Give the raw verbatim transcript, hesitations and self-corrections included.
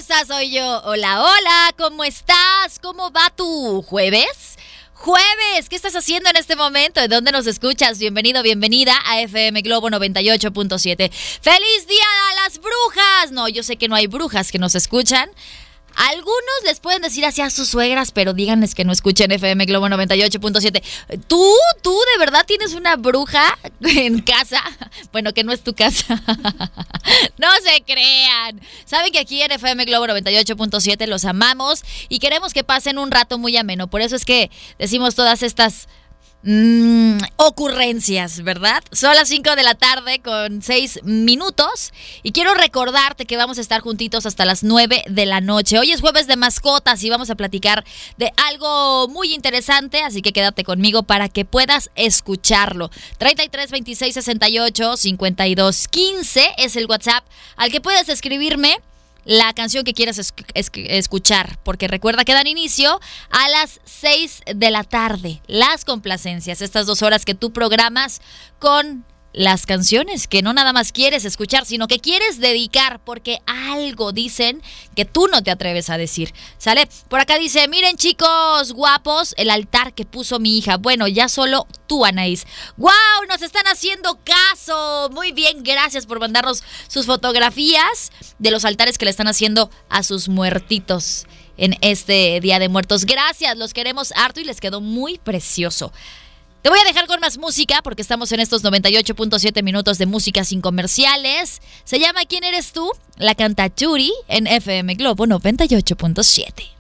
esa soy yo. Hola, hola, ¿cómo estás? ¿Cómo va tu jueves? Jueves, ¿qué estás haciendo en este momento? ¿De dónde nos escuchas? Bienvenido, bienvenida a F M Globo noventa y ocho punto siete. ¡Feliz día a las brujas! No, yo sé que no hay brujas que nos escuchan. Algunos les pueden decir así a sus suegras, pero díganles que no escuchen F M Globo noventa y ocho punto siete. ¿Tú, tú de verdad tienes una bruja en casa? Bueno, que no es tu casa. No se crean. Saben que aquí en F M Globo noventa y ocho punto siete los amamos y queremos que pasen un rato muy ameno. Por eso es que decimos todas estas Mm, ocurrencias, ¿verdad? Son las cinco de la tarde con seis minutos y quiero recordarte que vamos a estar juntitos hasta las nueve de la noche. Hoy es jueves de mascotas y vamos a platicar de algo muy interesante, así que quédate conmigo para que puedas escucharlo. treinta y tres, veintiséis, sesenta y ocho, cincuenta y dos, quince es el WhatsApp al que puedes escribirme la canción que quieras es- es- escuchar, porque recuerda que dan inicio a las seis de la tarde, las complacencias, estas dos horas que tú programas con las canciones que no nada más quieres escuchar, sino que quieres dedicar, porque algo dicen que tú no te atreves a decir, ¿sale? Por acá dice, miren chicos guapos, el altar que puso mi hija. Bueno, ya solo tú, Anaís. ¡Guau! Nos están haciendo caso. Muy bien, gracias por mandarnos sus fotografías de los altares que le están haciendo a sus muertitos en este Día de Muertos. Gracias, los queremos harto y les quedó muy precioso. Te voy a dejar con más música porque estamos en estos noventa y ocho punto siete minutos de música sin comerciales. Se llama ¿Quién eres tú? La canta Yuri en F M Globo noventa y ocho punto siete.